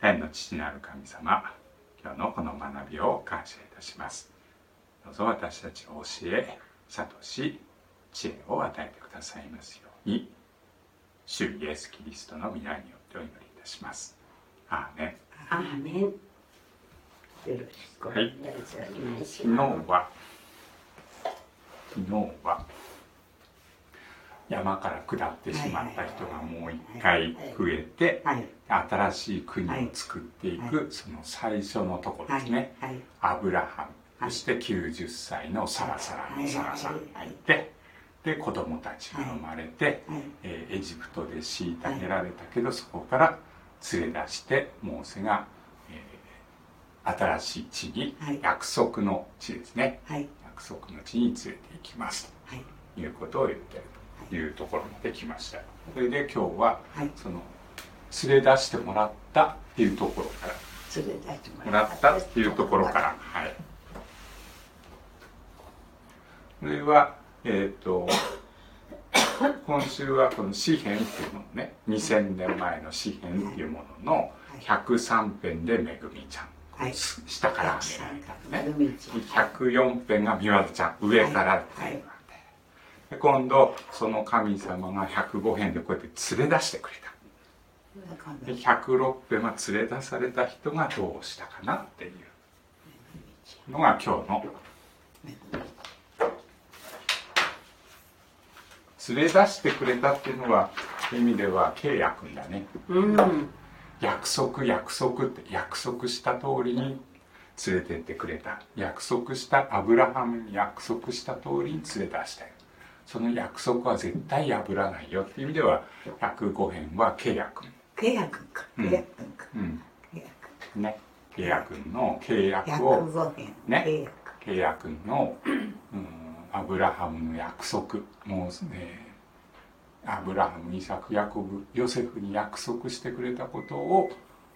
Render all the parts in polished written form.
天の父なる神様、今日のこの学びを感謝いたします。どうぞ私たちを教え、諭し、知恵を与えてくださいますように、主イエスキリストの皆によってお祈りいたします。アーメン。 アーメン。よろしくお願いします。 昨日は山から下ってしまった人がもう一回増えて、新しい国を作っていくその最初のところですね。アブラハム、そして90歳のサラサラのサラさんがいて、で子供たちが生まれて、エジプトで虐げられたけど、そこから連れ出してモーセが、新しい地に、約束の地ですね、約束の地に連れて行きますということを言っているというところまで来ました。それで今日は、その連れ出してもらったっていうところから、 連れ出してもらったっていうところから、それは今週はこの詩編っていうものね、2000年前の詩編っていうものの103編でめぐみちゃん、下から上げられたのね、104編がみわずちゃん、上からっていうのがあって、今度その神様が105編でこうやって連れ出してくれた。106編は連れ出された人がどうしたかなっていうのが今日の連れ出してくれたっていうのは、意味では契約だね、約束って約束した通りに連れてってくれた。約束したアブラハムに約束した通りに連れ出したよ。その約束は絶対破らないよっていう意味では、105編は契約ね、契約の契約をね、契約の、アブラハムの約束、もうね、アブラハム、イサク、ヤコブ、ヨセフに約束してくれたことを、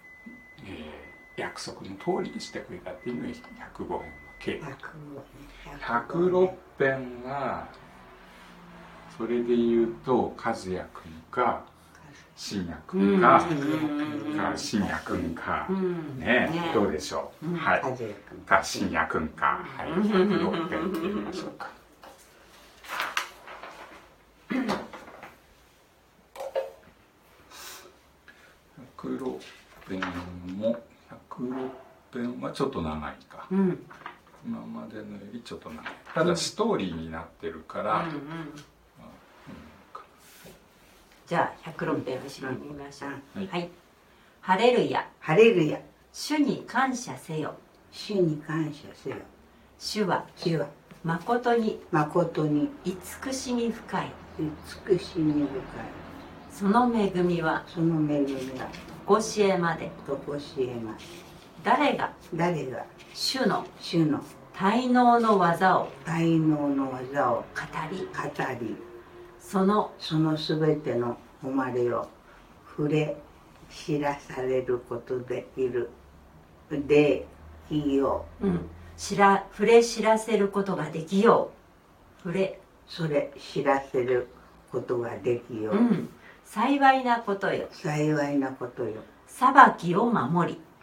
約束の通りにしてくれたっていうのが105編の契約。106編はそれで言うと和也君か信也君か信也君かね、どうでしょう、か信也君か、106編って言いましょうか。106編も106編はちょっと長いか、今までのよりちょっと長い。ただストーリーになってるから、 じゃあ106編を後ろに見ましょう。ハレルヤ、ハレルヤ、主に感謝せよ、主に感謝せよ。主は誠に慈しみ深い、慈しみ深い。その恵みは常しえまで。誰が主の滞納の技を語り、そのすべての誉れを触れ知らされることできよう。触れ知らせることができよう。それ知らせることができよう。幸いなことよ。裁きを守り、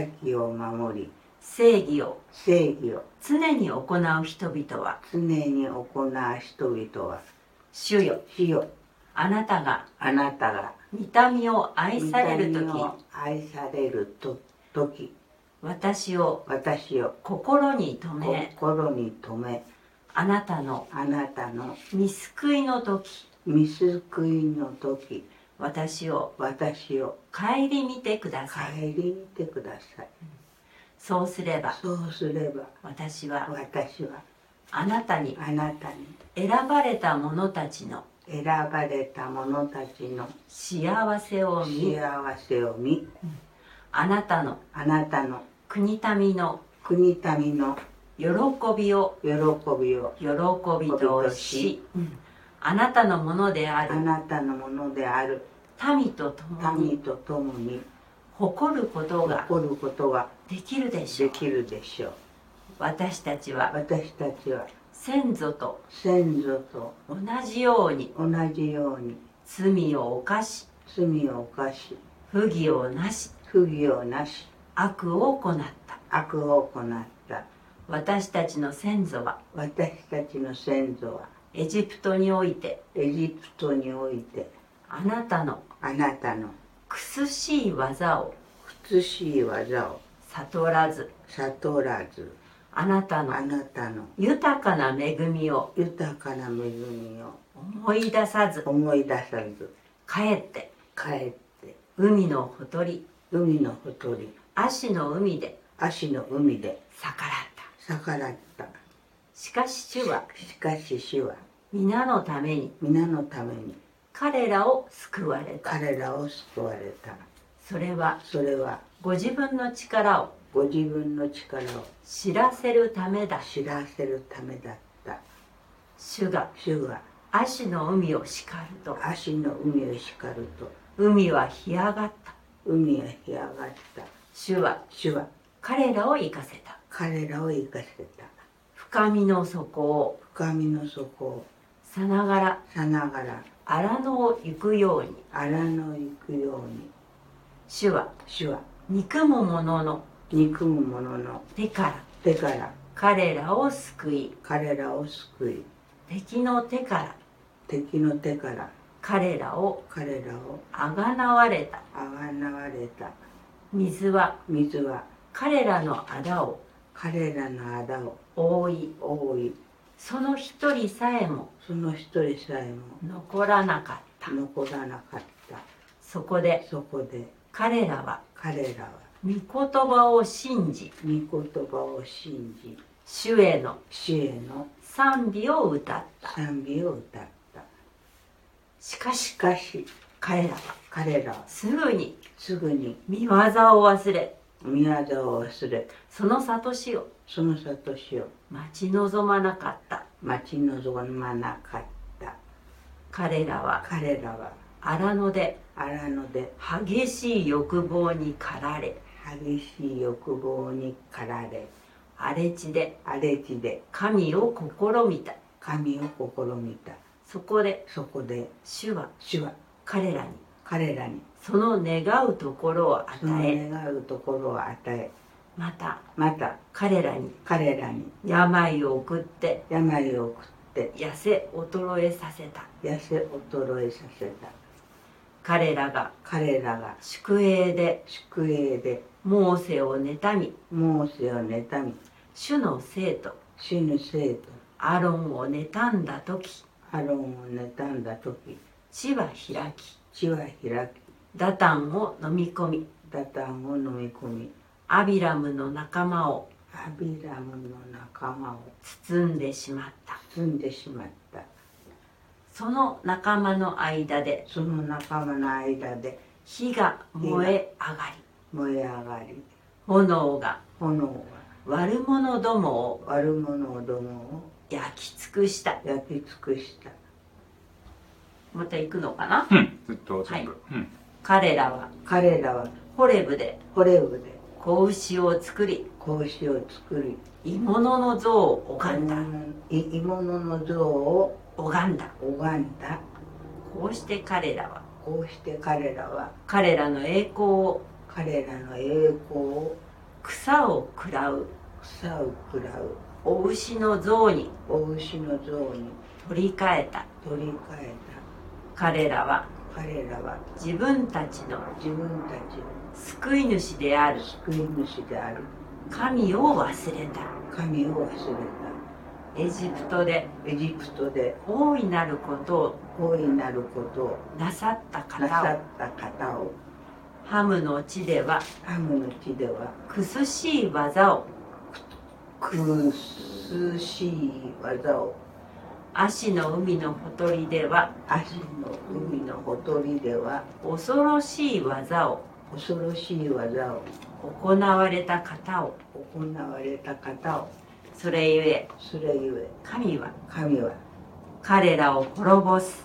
正義を常に行う人々は、主よ、あなたが御民を愛されるとき、私を心に留め、あなたの御救いの時、私を顧みてください。そうすれば私はあなたに選ばれた者たちの幸せを見、あなたの国民の喜びとし、あなたのものである民と共に誇ることができるでしょう。私たちは先祖と同じように罪を犯し不義をなし不義をなし、悪を行った。 悪を行った。 私たちの先祖は、 私たちの先祖は、 エジプトにおいて、 エジプトにおいて、 あなたの苦しい技を悟らず、あなたの豊かな恵みを思い出さず、帰って海のほとり、葦の海で逆らった。 しかし主は皆のために彼らを救われた。それはご自分の力を知らせるためだった。主が葦の海を叱ると海は干上がった。主は彼らを生かせた。深みの底をさながら荒野を行くように主は憎む者の手から彼らを救い敵の手から彼らをあがなわれた。水は彼らの仇を覆いその一人さえも残らなかった。そこで彼らは御言葉を信じ主への賛美を歌った。しかし彼らはすぐに見業を忘れその悟しを待ち望まなかった。彼らは荒野で激しい欲望に駆られ荒れ地で神を試みた。そこで主は彼らにその願うところを与えまた彼らに病を送って痩せ衰えさせた。彼らが宿営でモーセを妬み主の生徒アロンを妬んだ時地は開きダタンを飲み込みアビラムの仲間を包んでしまった。その仲間の間で火が燃え上がり炎が悪者どもを焼き尽くした。また行くのかな。 ずっと全部。 彼らはホレブで子牛を作り鋳物の像を拝んだ。こうして彼らは彼らの栄光を草を食らうお牛の像に取り替えた。彼らは自分たちの救い主である神を忘れた。エジプトで大いなることをなさった方をハムの地では苦しい技を葦の海のほとりでは恐ろしい技を行われた方をそれゆえ神は彼らを滅ぼす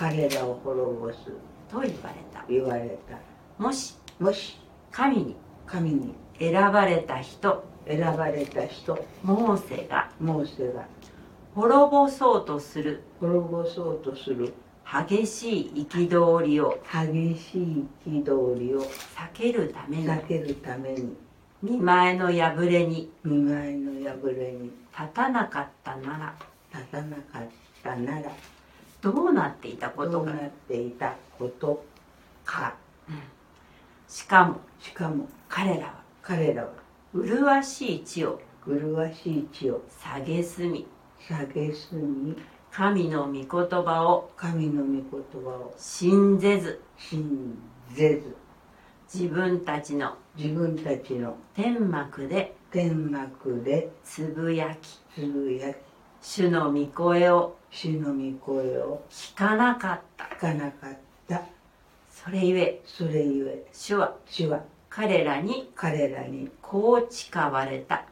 と言われた。もし神に選ばれた人モーセが滅ぼそうとする激しい憤りを憤りを避けるために見前の破れに立たなかったならどうなっていたことか。しかも彼らは麗しい地を蔑み神の御言葉を信ぜず自分たちの天幕でつぶやき主の御声を聞かなかった。それゆえ主は彼らにこう誓われた。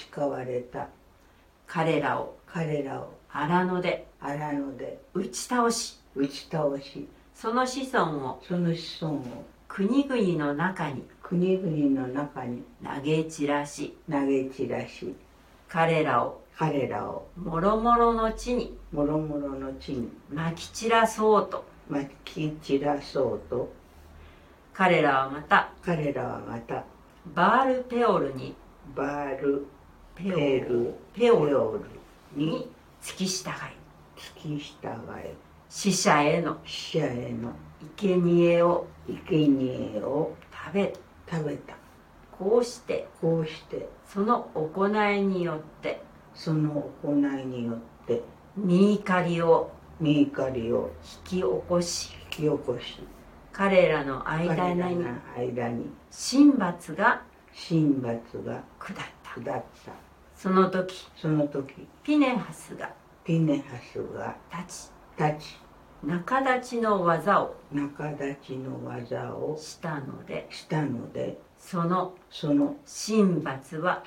彼らを荒野で打ち倒しその子孫を国々の中に投げ散らし彼らをもろもろの地にまき散らそうと彼らはまたバールペオルに付き従い死者への生贄を食べた。こうしてその行いによって身怒りを引き起こし彼らの間に神罰が下った。その時ピネハスが立ち仲立ちの技をしたのでその神罰は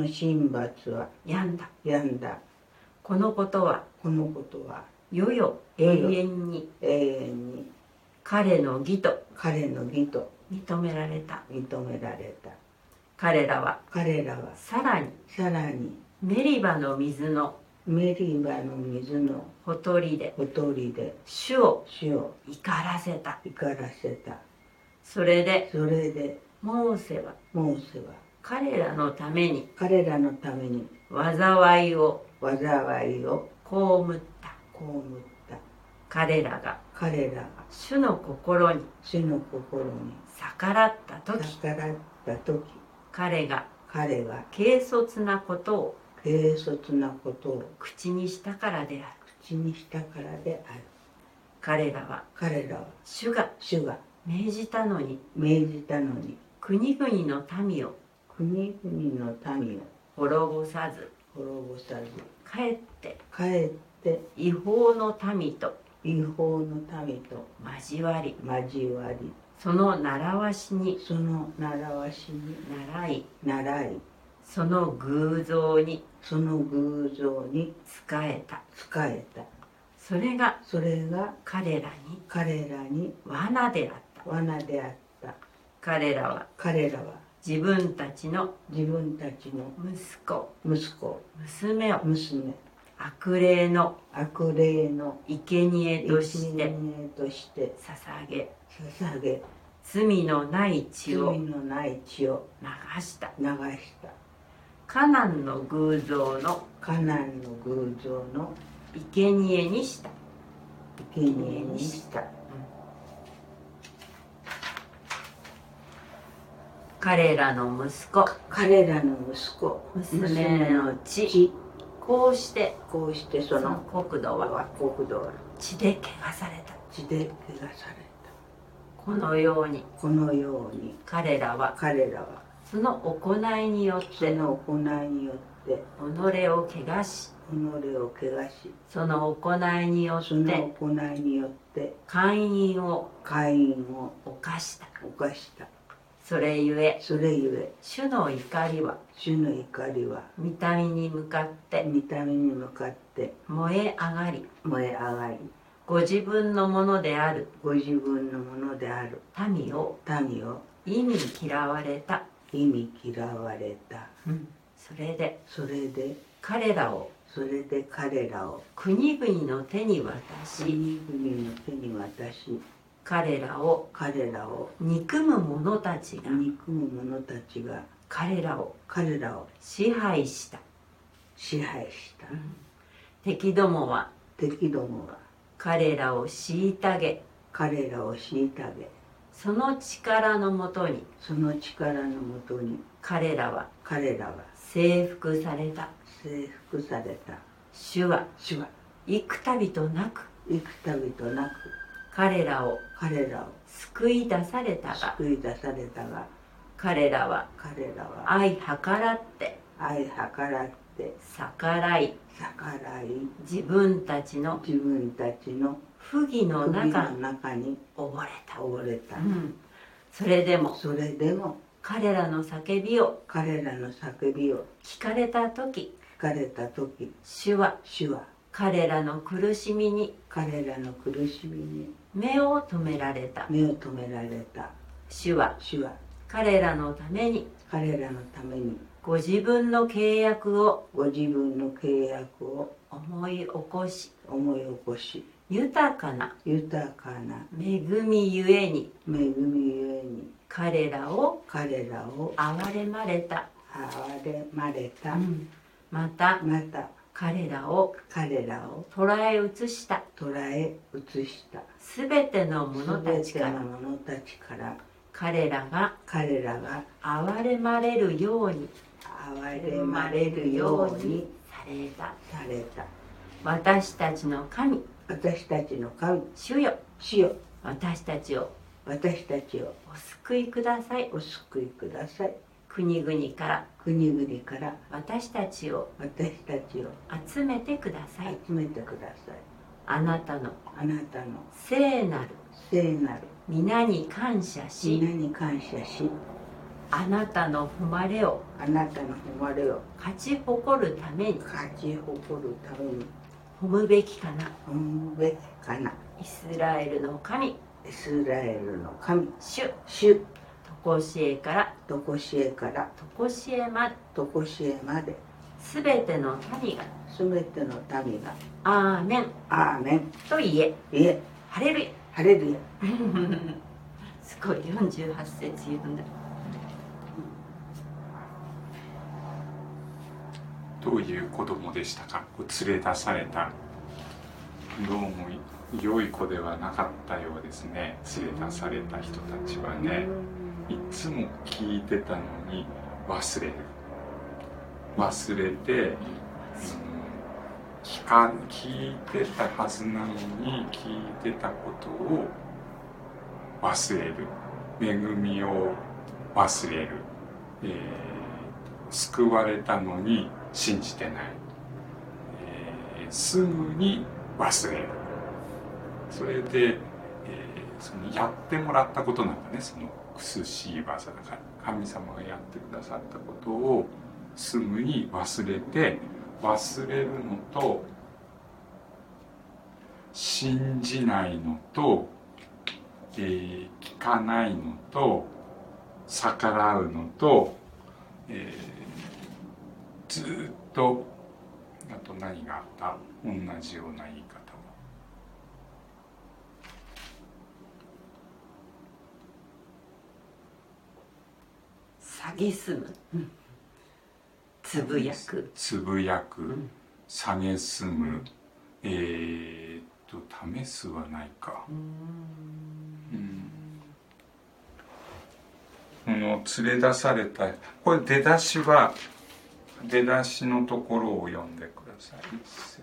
止んだ。このことは世々永遠に彼の義と認められた。彼らはさらにメリバの水のほとりで主を怒らせた。それでモーセは彼らのために災いを被った彼らが主の心に逆らった時彼が軽率なことを口にしたからである。彼らは主が命じたのに国々の民を滅ぼさずかえって違法の民と交わりその習わしに習いその偶像に仕えた。それが彼らに罠であった。彼らは自分たちの息子娘を悪霊の生贄として捧げ罪のない血を流した。カナンの偶像の生贄にした。彼らの息子娘の血こうしてその国土は血で汚された。このように彼らはその行いによって己を汚しその行いによって姦淫を犯した。それゆえ主の怒りは御民に向かって燃え上がりご自分のものである民を忌み嫌われた。それで彼らをそれで彼らを国々の手に渡し、 国々の手に渡し、 彼らを憎む者たちが彼らを支配した。敵どもは彼らを虐げ、その力のもとに彼らは征服された。主は幾度となく彼らを救い出されたが、彼らは相計らって逆らい、自分たちの不義の中に溺れた。それでも彼らの叫びを聞かれた時、主は彼らの苦しみに目を留められた。主は彼らのためにご自分の契約を思い起こし、豊かな恵みゆえに彼らを憐れまれた。また彼らを捉え移した。すべての者たちから彼らが憐れまれるようにされた。私たちの神、主よ、私たちをお救いください。国々から私たちを集めてください。あなたの聖なる皆に感謝し、あなたの誉れを勝ち誇るために褒むべきかな。イスラエルの神、主、常しえから常しえまで、すべての民がアーメンと言え。ハレルヤ。すごい、48節読んだ。 どういう子供でしたか？連れ出された。どうも良い子ではなかったようですね。連れ出された人たちはね、いつも聞いてたのに忘れて、聞いてたはずなのに聞いてたことを忘れる、恵みを忘れる、救われたのに信じてない、すぐに忘れる。それで、そのやってもらったことなんだね。その苦しい技だから神様がやってくださったことをすぐに忘れて、忘れるのと信じないのと、聞かないのと逆らうのと、ずっとあと何があった？同じような言い方を。 蔑む、つぶやく、 蔑む、試すはないか。この連れ出された、これ出だしのところを読んでください。一節。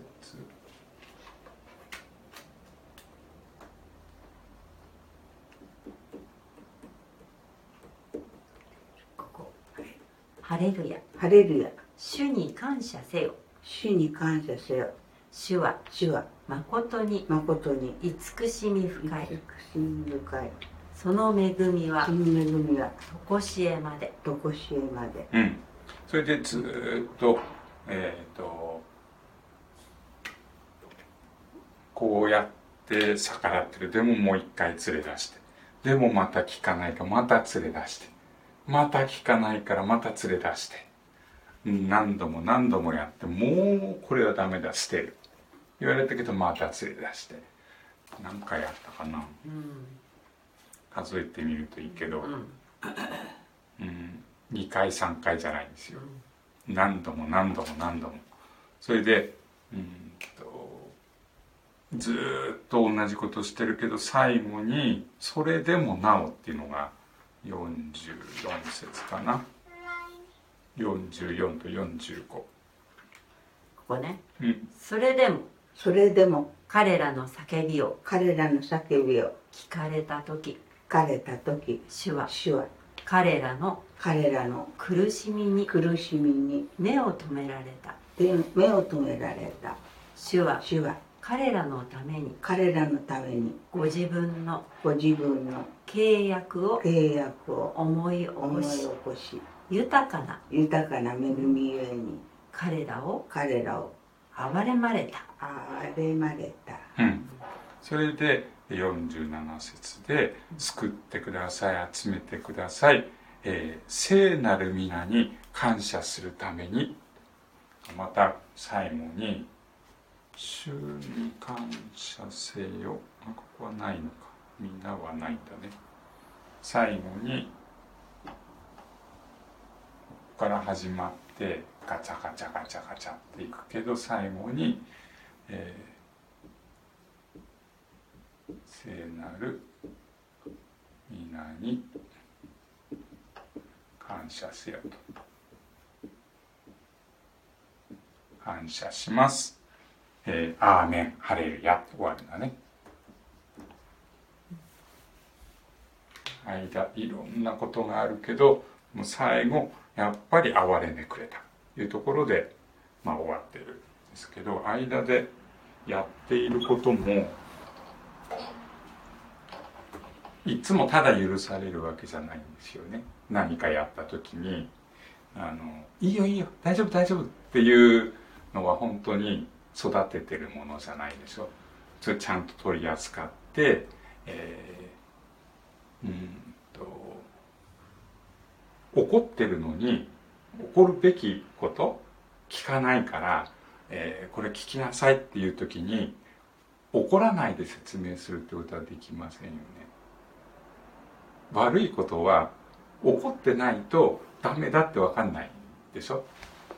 ハレルヤ。主に感謝せよ。主は誠に慈しみ深い。その恵みは常しえまで。 それでずっとこうやって逆らってる。でももう一回連れ出して、でもまた聞かないからまた連れ出して、また聞かないからまた連れ出して、 何度も何度もやって、もうこれはダメだ、捨てる言われたけど、また連れ出して、何回やったかな、数えてみるといいけど、2回3回じゃないんですよ。何度も何度も何度も。それでずーっと同じことしてるけど、最後に「それでもなお」っていうのが44節かな。44と45、ここね、それでも彼らの叫びを聞かれた時、主は彼らの苦しみに目を留められた。主は彼らのためにご自分の契約を思い起こし、豊かな恵みゆえに彼らを憐れまれた。 それで47節で「救ってください、集めてください、聖なる皆に感謝するために」、また最後に「主に感謝せよ」、ここはないのか、みんなはないんだね。最後にここから始まってガチャガチャガチャガチャっていくけど、最後に、聖なる皆に感謝せよと、感謝します、アーメンハレルヤって終わるんだね。間いろんなことがあるけど、もう最後やっぱり憐れんでくれたというところで、終わってるんですけど、間でやっていることもいつもただ許されるわけじゃないんですよね。何かやった時にいいよいいよ大丈夫大丈夫っていうのは本当に育ててるものじゃないでしょ。それちゃんと取り扱って、怒ってるのに怒るべきこと聞かないから、これ聞きなさいっていう時に怒らないで説明するってことはできませんよね。悪いことは怒ってないとダメだって分かんないでしょ。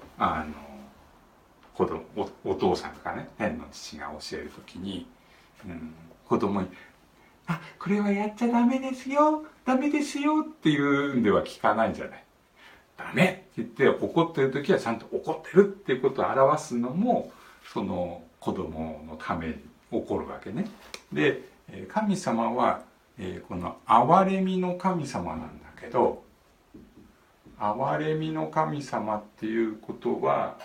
お父さんとかね、天の父が教える時に、子供に「これはやっちゃダメですよダメですよ」っていうんでは聞かないじゃない。ダメって言って怒ってる時はちゃんと怒ってるっていうことを表すのも、その子供のために起こるわけね。で神様は、この憐れみの神様なんだけど、憐れみの神様っていうことは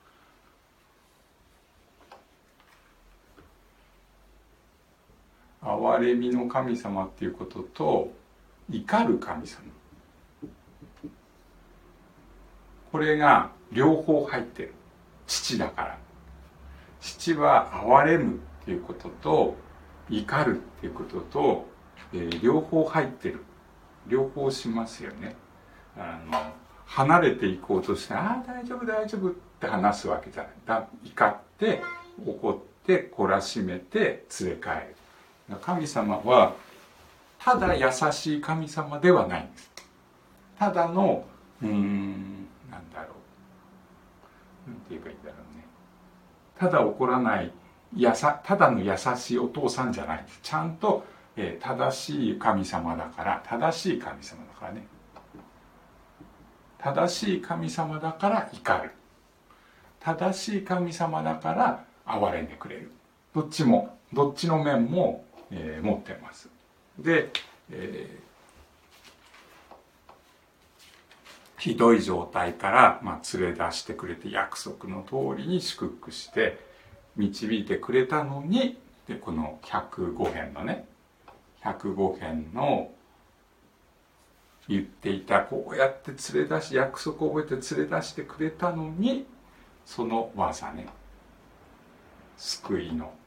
憐れみの神様っていうことと怒る神様、これが両方入ってる。父だから、父は憐れむっていうことと怒るっていうことと、両方入ってる。両方しますよね。離れていこうとして「大丈夫大丈夫」って話すわけじゃない。怒って怒って懲らしめて連れ帰る。神様はただ優しい神様ではないんです。ただのなんだろう、なんて言えばいいんだろうね。ただ怒らないただの優しいお父さんじゃないんです。ちゃんと、正しい神様だから、正しい神様だからね。正しい神様だから怒る。正しい神様だから憐れんでくれる。どっちの面も、持ってます。で、ひどい状態から、連れ出してくれて、約束の通りに祝福して導いてくれたのに、でこの105編のね、105編の言っていた、こうやって連れ出し、約束を覚えて連れ出してくれたのに、その技ね、救いの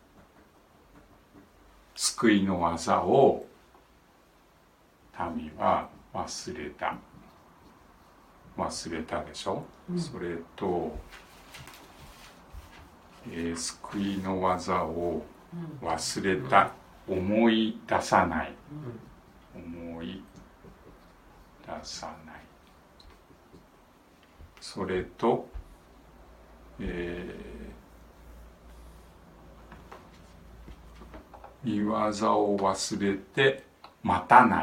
技を民は忘れた。 忘れたでしょ、それと、救いの技を忘れた、思い出さない、思い出さない、それと、見業を忘れて待たない、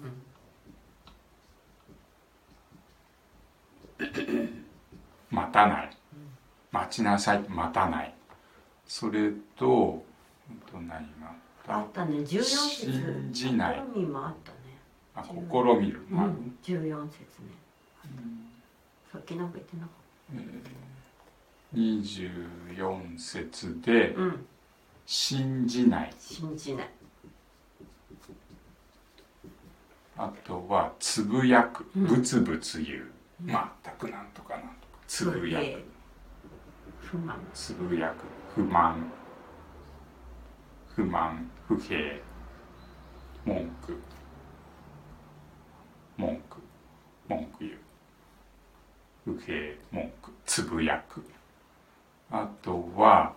待たない、待ちなさい、待たない、それと何があったね、14節信じない、 試みもあったね。 試みる、 14節ね、さっきなんか言ってなかった、 24節で、信じない、 信じない、 あとはつぶやく、ブツブツ言う、全くなんとかなんとか、つぶやく、 不満、 つぶやく、不満、不満、不平、文句、文句、文句言う、不平、文句、つぶやく、あとは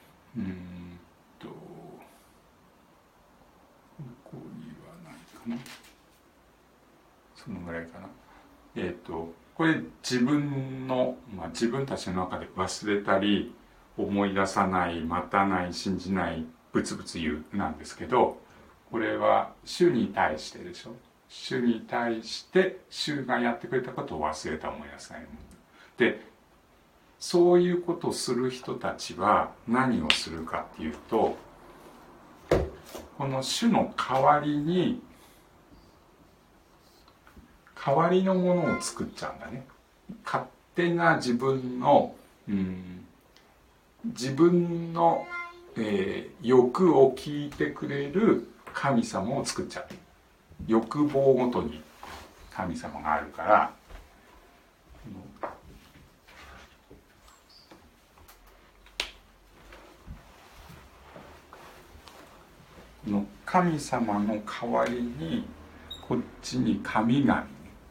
ここにはないかな、そのぐらいかな。これ自分の、自分たちの中で忘れたり思い出さない、待たない、信じない、ブツブツ言うなんですけど、これは主に対してでしょ。主に対して主がやってくれたことを忘れた、思い出さない。で、そういうことをする人たちは何をするかっていうと、この主の代わりに代わりのものを作っちゃうんだね。勝手な自分の、自分の、欲を聞いてくれる神様を作っちゃう。欲望ごとに神様があるから、の神様の代わりにこっちに神々、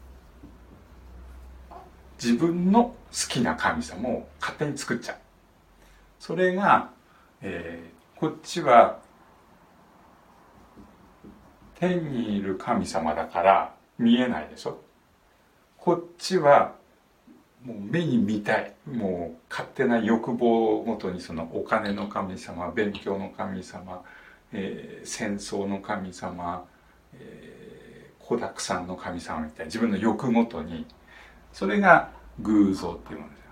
自分の好きな神様を勝手に作っちゃう。それが、こっちは天にいる神様だから見えないでしょ。こっちはもう目に見たい、もう勝手な欲望ごとにそのお金の神様、勉強の神様、戦争の神様、子だくさんの神様みたいな自分の欲ごとに、それが偶像っていうものですよ。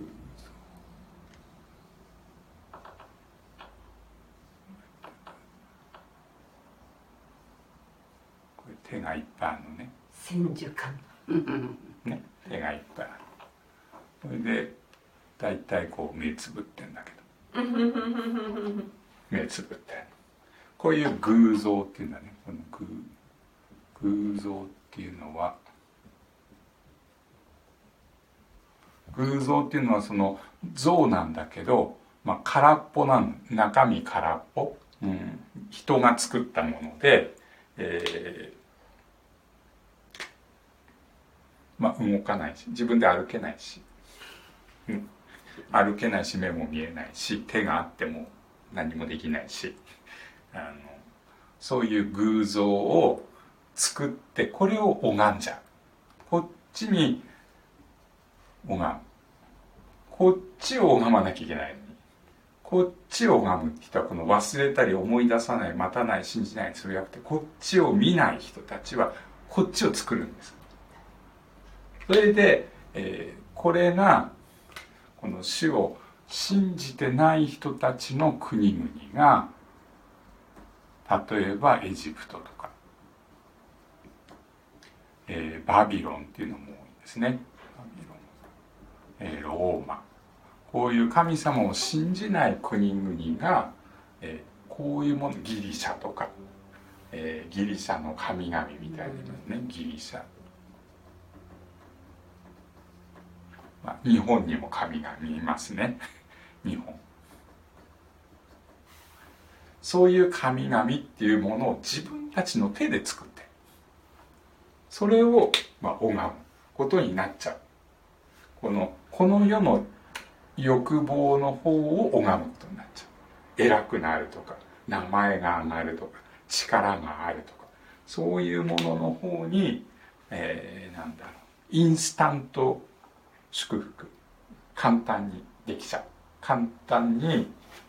これ手がいっぱいあるのね。 千手観ね、手がいっぱいある。それで大体こう目つぶってんだけど目つぶってこういう偶像っていうんだね。この偶像っていうのは、偶像っていうのはその像なんだけど、空っぽなの、中身空っぽ、人が作ったもので、動かないし、自分で歩けないし、歩けないし、目も見えないし、手があっても何もできないし、そういう偶像を作って、これを拝んじゃう。こっちに拝む、こっちを拝まなきゃいけないのに、こっちを拝む人はこの忘れたり思い出さない、待たない、信じない、それじゃなくて、こっちを見ない人たちはこっちを作るんです。それで、これがこの主を信じてない人たちの国々が、例えばエジプトとか、バビロンっていうのも多いんですね。バビロン、ローマ、こういう神様を信じない国々が、こういうもの、ギリシャとか、ギリシャの神々みたいなね、ギリシャ、日本にも神々いますね日本。そういう神々っていうものを自分たちの手で作って、それを拝むことになっちゃう。 この世の欲望の方を拝むことになっちゃう。偉くなるとか名前が上がるとか力があるとか、そういうものの方に、なんだろう、インスタント祝福、簡単にできちゃう、簡単に、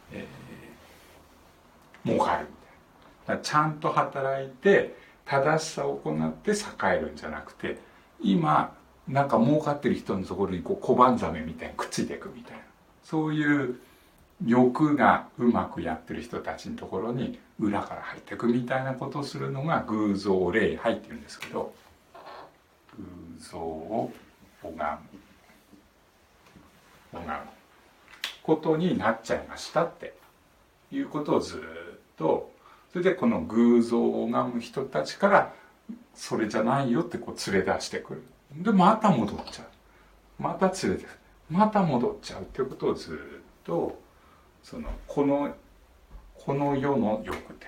儲かるみたいな。だからちゃんと働いて正しさを行って栄えるんじゃなくて、今なんか儲かってる人のところにこう小判ザメみたいにくっついていくみたいな、そういう欲がうまくやってる人たちのところに裏から入っていくみたいなことをするのが偶像礼拝っていうんですけど、偶像を拝むことになっちゃいましたっていうことをずっと、それでこの偶像を拝む人たちからそれじゃないよってこう連れ出してくる。でまた戻っちゃう、また連れてくる、また戻っちゃうっていうことをずっとこの世の欲で、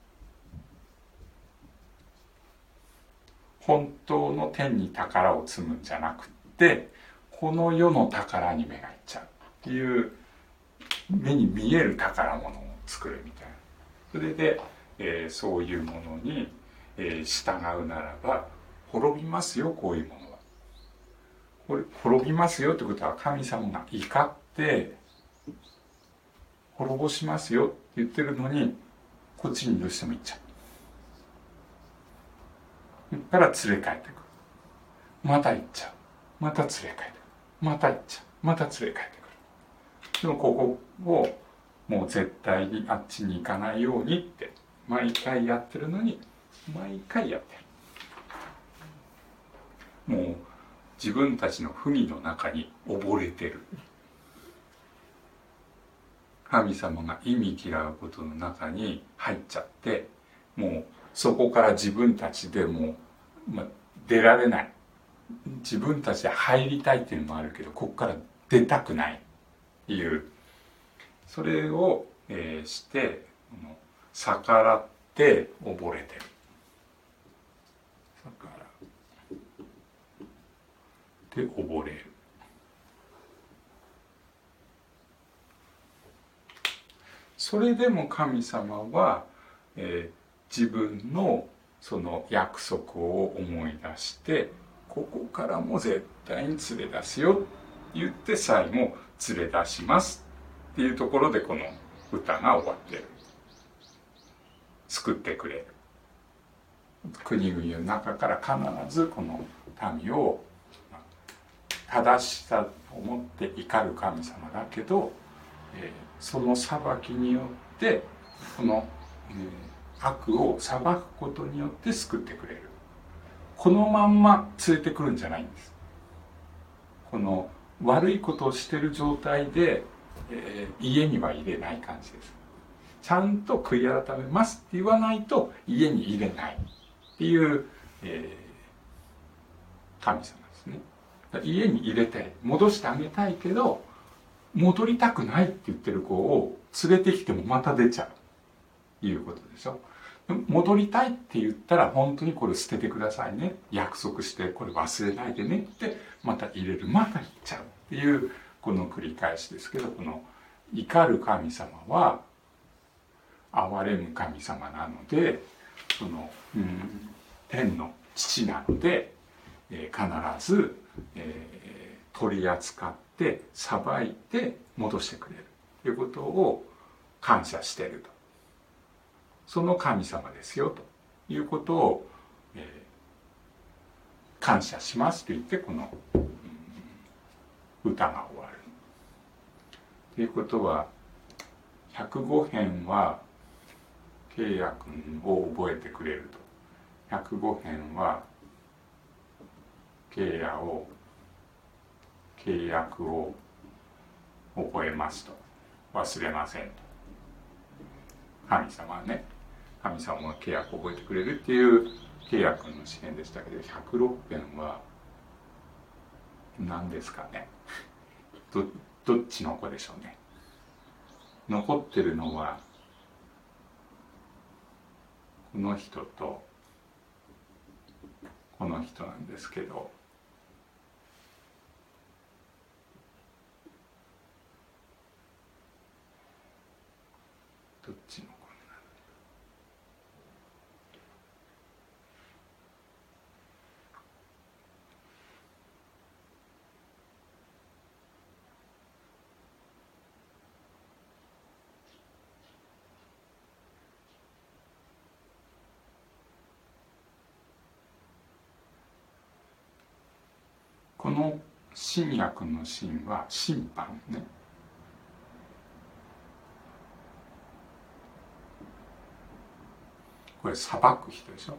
本当の天に宝を積むんじゃなくってこの世の宝に目がいっちゃうっていう、目に見える宝物を作るみたいな。それで、そういうものに、従うならば滅びますよ。こういうものはこれ滅びますよってことは、神様が怒って滅ぼしますよって言ってるのに、こっちにどうしても行っちゃう。そったら連れ帰ってくる、また行っちゃう、また連れ帰ってくる、また行っちゃう、また連れ帰ってくる。でもここをもう絶対にあっちに行かないようにって毎回やってるのに、毎回やってる。もう自分たちの不義の中に溺れてる。神様が忌み嫌うことの中に入っちゃって、もうそこから自分たちでも出られない。自分たちで入りたいっていうのもあるけど、ここから出たくないっていう、それを、して逆らって溺れてる。逆らって溺れる。それでも神様は、自分のその約束を思い出して、ここからも絶対に連れ出すよって言って最後連れ出しますっていうところでこの歌が終わってる。救ってくれる。国々の中から必ずこの民を正しさを持って怒る神様だけど、その裁きによってこの、悪を裁くことによって救ってくれる。このまんま連れてくるんじゃないんです。この悪いことをしてる状態で、家には入れない感じです。ちゃんと悔い改めますって言わないと家に入れないっていう、神様ですね。家に入れたい、戻してあげたいけど戻りたくないって言ってる子を連れてきてもまた出ちゃういうことでしょ。戻りたいって言ったら本当にこれ捨ててくださいね、約束してこれ忘れないでねってまた入れる、また行っちゃうっていうこの繰り返しですけど、この怒る神様は憐れむ神様なので、その、天の父なので、必ず、取り扱って裁いて戻してくれるということを感謝していると。その神様ですよということを、感謝しますと言ってこの、歌が終わる。ということは105編は契約を覚えてくれると。105編は契約を覚えますと。忘れませんと。神様はね、神様が契約を覚えてくれるっていう契約の詩編でしたけど、106編は何ですかね。どっちの子でしょうね。残ってるのはこの人とこの人なんですけど、 どっちの子になる？この新約の新は審判ね。これ裁く人でしょ。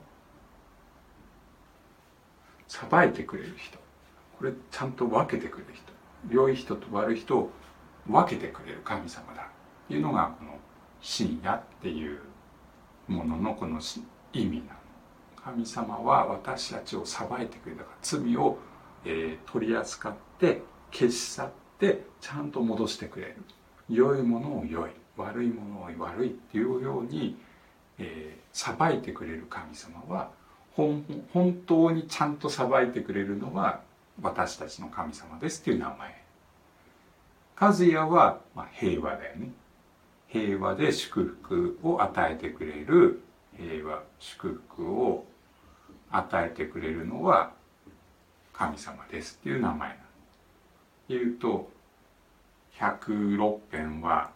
裁いてくれる人。これちゃんと分けてくれる人。良い人と悪い人を分けてくれる神様だというのがこの信也っていうもののこの意味なの。神様は私たちを裁いてくれたから罪を取り扱って消し去ってちゃんと戻してくれる。良いものを良い、悪いものを悪いっていうように、裁いてくれる神様は本当にちゃんと裁いてくれるのは私たちの神様ですっていう名前。和也は、平和だよね。平和で祝福を与えてくれる、平和祝福を与えてくれるのは神様ですっていう名前なの。言うと106編は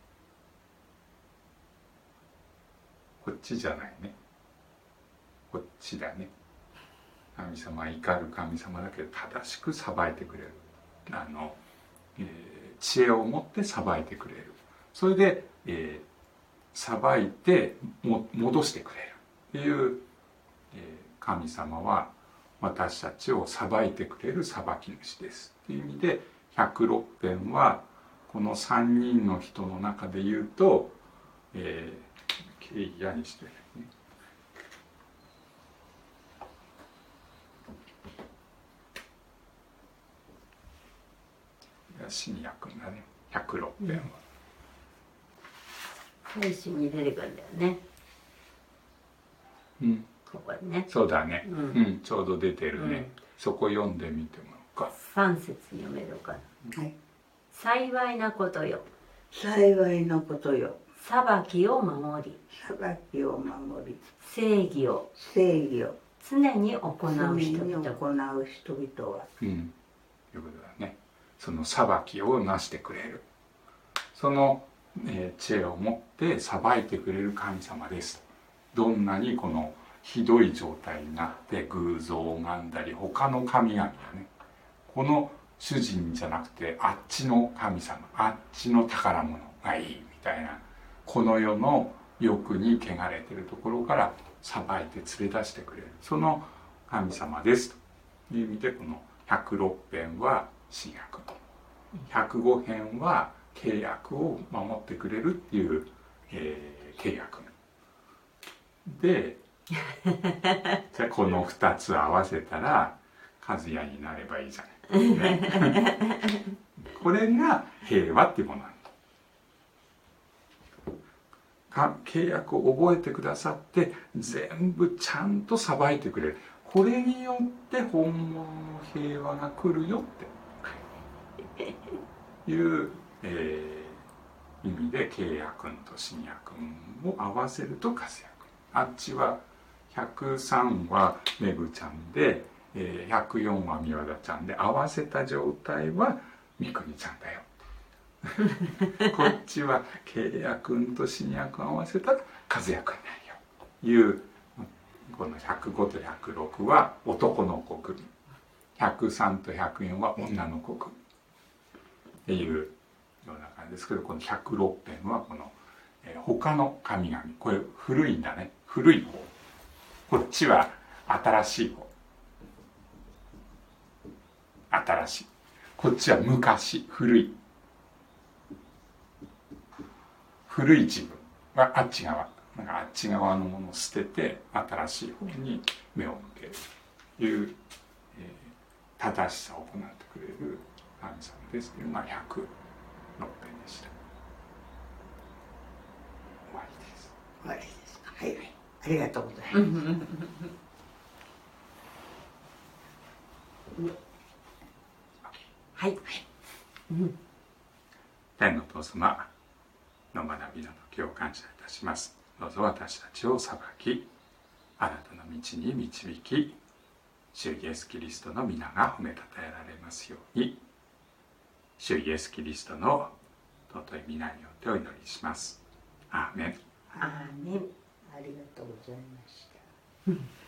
こっちじゃないね。こっちだね。神様は怒る神様だけど正しく裁いてくれる。知恵を持って裁いてくれる。それで、裁いて戻してくれるっていう、神様は私たちを裁いてくれる裁き主ですという意味で106編はこの3人の人の中で言うと、嫌にしてるね。新約だね。106編は。 最初に出てくるんだよね。 うん。 ここにね。 そうだね。ちょうど出てるね。そこ読んでみてもらおうか。 3節読めるかな。はい。幸いなことよ。 幸いなことよ。 裁きを守り。 裁きを守り。 正義を。 正義を。 常に行う人々。 常に行う人々は。 いうことだね。その裁きをなしてくれる。その、知恵を持って裁いてくれる神様です。どんなにこのひどい状態になって偶像を拝んだり他の神々がね、この主人じゃなくてあっちの神様、あっちの宝物がいいみたいな、この世の欲に汚れてるところから裁いて連れ出してくれる、その神様ですという意味でこの106編は新約、105編は契約を守ってくれるっていう、契約でじゃあこの2つ合わせたら和也になればいいじゃない、ね、これが平和っていうものなんだ。契約を覚えてくださって全部ちゃんと裁いてくれる。これによって本物の平和が来るよっていう、意味で契約と新約を合わせると活躍。あっちは103はめぐちゃんで、104はみわだちゃんで合わせた状態はみくにちゃんだよ。こっちは契約と新約を合わせたら和也くんだよ。いうこの105と106は男の子組、103と104は女の子組っていうような感じですけど、この106編はこの、他の神々、これ古いんだね、古い方、こっちは新しい方、新しい、こっちは昔、古い自分はあっち側、なんかあっち側のものを捨てて新しい方に目を向けるという、正しさを行ってくれる神様ですというのが106編でした。終わりです。 終わりですか。はい、ありがとうございます。 はい。 天のお父様、 の学びの時を感謝いたします。どうぞ私たちを裁き、あなたの道に導き、主イエスキリストの皆が褒めたたえられますように、主イエスキリストの尊い皆によってお祈りします。アーメン。 アーメン。 ありがとうございました。